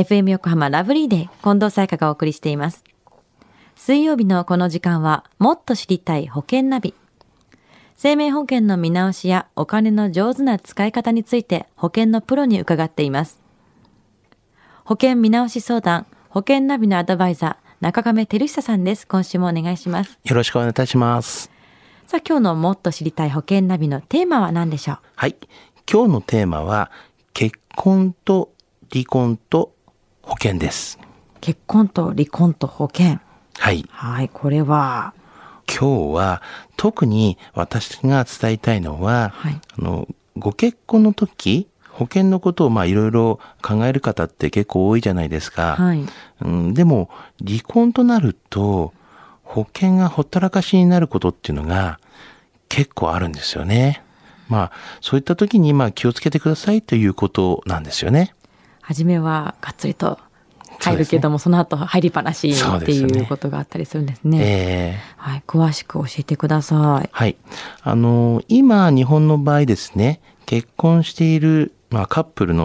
FM 横浜ラブリーデー近藤彩香がお送りしています。水曜日のこの時間はもっと知りたい保険ナビ。生命保険の見直しやお金の上手な使い方について保険のプロに伺っています。保険見直し相談、保険ナビのアドバイザー、中亀照久さんです。今週もお願いします。 よろしくお願いいたします。 さあ、今日のもっと知りたい保険ナビのテーマは何でしょう？ はい。今日のテーマは結婚と離婚と保険です。 結婚と離婚と保険。 はい。 はい、これは今日は特に私が伝えたいのは、 はい、 ご結婚の時、保険のことをいろいろ考える方って結構多いじゃないですか。 はい。 でも離婚となると保険がほったらかしになることっていうのが結構あるんですよね。そういった時に気をつけてくださいということなんですよね。 初めはがっつりと入るけども、その後入りっぱなしっていうことがあったりするんですね。はい、詳しく教えてください。 はい。今日本の場合ですね、結婚している、カップルの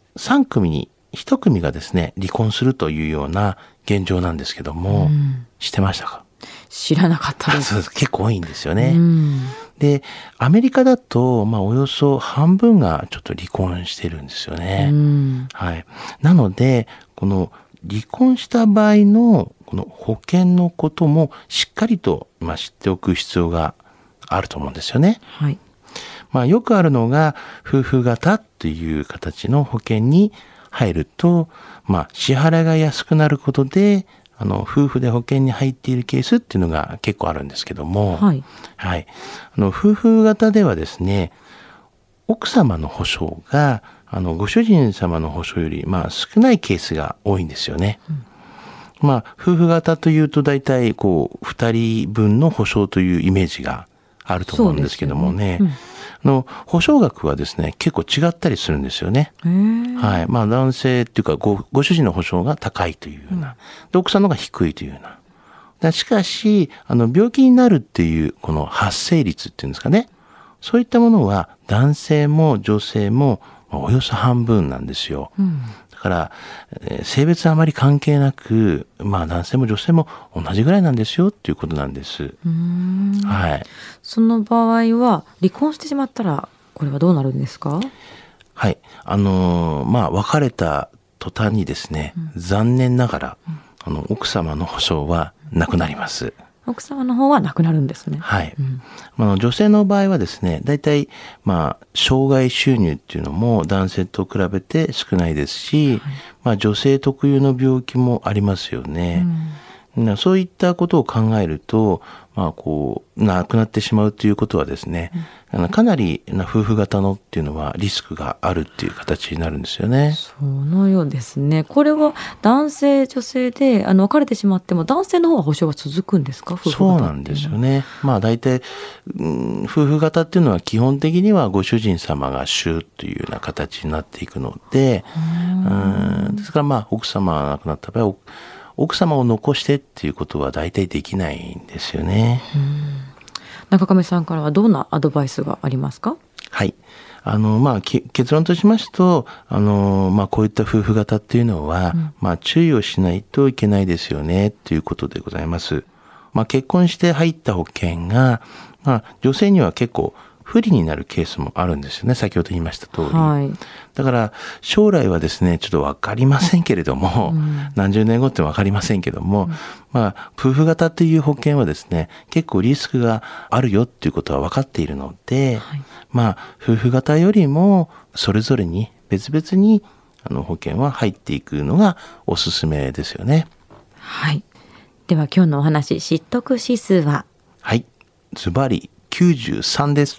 3組に1組がですね離婚するというような現状なんですけども、知ってましたか？ 知らなかったです。 そうです。結構多いんですよね。で、アメリカだとおよそ半分がちょっと離婚してるんですよね。はい。なのでこの離婚した場合のこの保険のこともしっかりと知っておく必要があると思うんですよね。 はい。 よくあるのが夫婦型という形の保険に入ると、支払いが安くなることで夫婦で保険に入っているケースっていうのが結構あるんですけども、 はい。 はい。夫婦型ではですね、奥様の保証がご主人様の保証より少ないケースが多いんですよね。夫婦型というと大体2人分の保証というイメージがあると思うんですけどもね。保証額はですね、結構違ったりするんですよね。はい。男性っていうかご主人の保証が高いというような、で奥さんのが低いというような。しかし病気になるっていうこの発生率っていうんですかね。そういったものは男性も女性もおよそ半分なんですよ。だから、性別あまり関係なく、男性も女性も同じぐらいなんですよっていうことなんです。はい。 その場合は離婚してしまったらこれはどうなるんですか？ はい。別れた途端にですね、残念ながら、奥様の保証はなくなります。 奥様の方はなくなるんですね。 はい。女性の場合はですね、だいたい生涯収入っていうのも男性と比べて少ないですし、女性特有の病気もありますよね。そういったことを考えると、亡くなってしまうということはですね、かなり夫婦型のっていうのはリスクがあるっていう形になるんですよね。 そのようですね。これは男性女性で別れてしまっても男性の方は保証は続くんですか？夫婦型っていうのは。 そうなんですよね。大体、夫婦型っていうのは基本的にはご主人様が主というような形になっていくので、ですから奥様が亡くなった場合、奥様を残してっていうことは大体できないんですよね。 中亀さんからはどんなアドバイスがありますか？ はい。結論としましてと、こういった夫婦型っていうのは、注意をしないといけないですよね、ということでございます。結婚して入った保険が、女性には結構不利になるケースもあるんですよね。先ほど言いました通り。だから将来はですね、ちょっとわかりませんけれども、何十年後ってわかりませんけども、夫婦型という保険はですね、結構リスクがあるよっていうことは分かっているので、夫婦型よりもそれぞれに別々に保険は入っていくのがおすすめですよね。 はい。では今日のお話、知得指数は？ はい。ズバリ93です。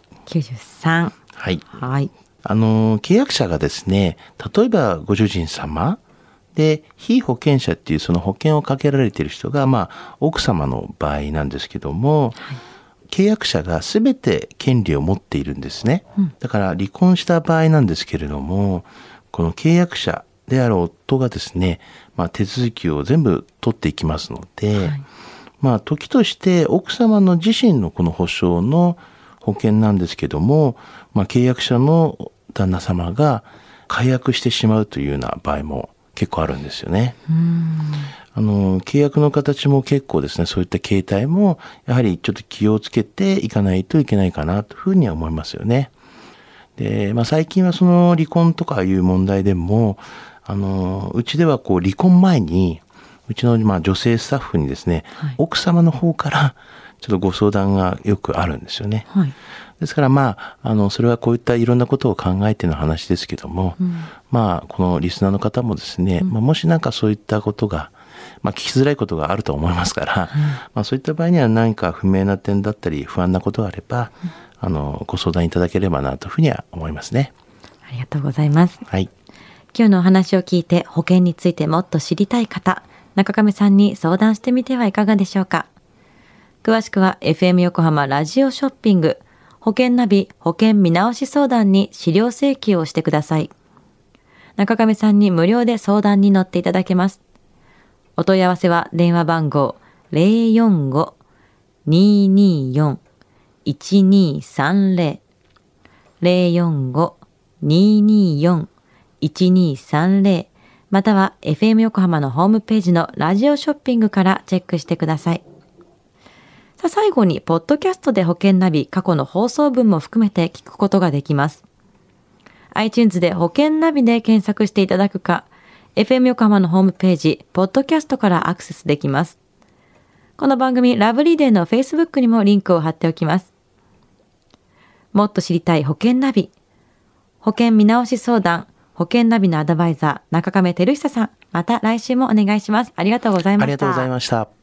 93。 はい。 はい。 契約者がですね、例えばご主人様で、被保険者っていうその保険をかけられている人が、奥様の場合なんですけども、契約者が全て権利を持っているんですね。だから離婚した場合なんですけれども、この契約者である夫がですね、手続きを全部取っていきますので、時として奥様の自身のこの保証の保険なんですけども、契約者の旦那様が解約してしまうというような場合も結構あるんですよね。契約の形も結構ですね、そういった形態もやはりちょっと気をつけていかないといけないかなというふうには思いますよね。で、最近はその離婚とかいう問題でも、うちではこう離婚前に、うちの女性スタッフにですね、奥様の方からちょっとご相談がよくあるんですよね。ですからそれはこういったいろんなことを考えての話ですけども、このリスナーの方もですね、もしそういったことが、聞きづらいことがあると思いますから、そういった場合には何か不明な点だったり不安なことがあれば、ご相談いただければなというふうには思いますね。 ありがとうございます。 はい。 今日のお話を聞いて保険についてもっと知りたい方、中亀さんに相談してみてはいかがでしょうか。詳しくは FM 横浜ラジオショッピング保険ナビ保険見直し相談に資料請求をしてください。中亀さんに無料で相談に乗っていただけます。お問い合わせは電話番号 045-224-1230 045-224-1230または FM 横浜のホームページのラジオショッピングからチェックしてください。さあ最後にポッドキャストで保険ナビ過去の放送分も含めて聞くことができます。iTunes で保険ナビで検索していただくか FM 横浜のホームページポッドキャストからアクセスできます。この番組ラブリーデーの Facebook にもリンクを貼っておきます。もっと知りたい保険ナビ保険見直し相談保険ナビのアドバイザー中亀照久さん、また来週もお願いします。ありがとうございました。 ありがとうございました。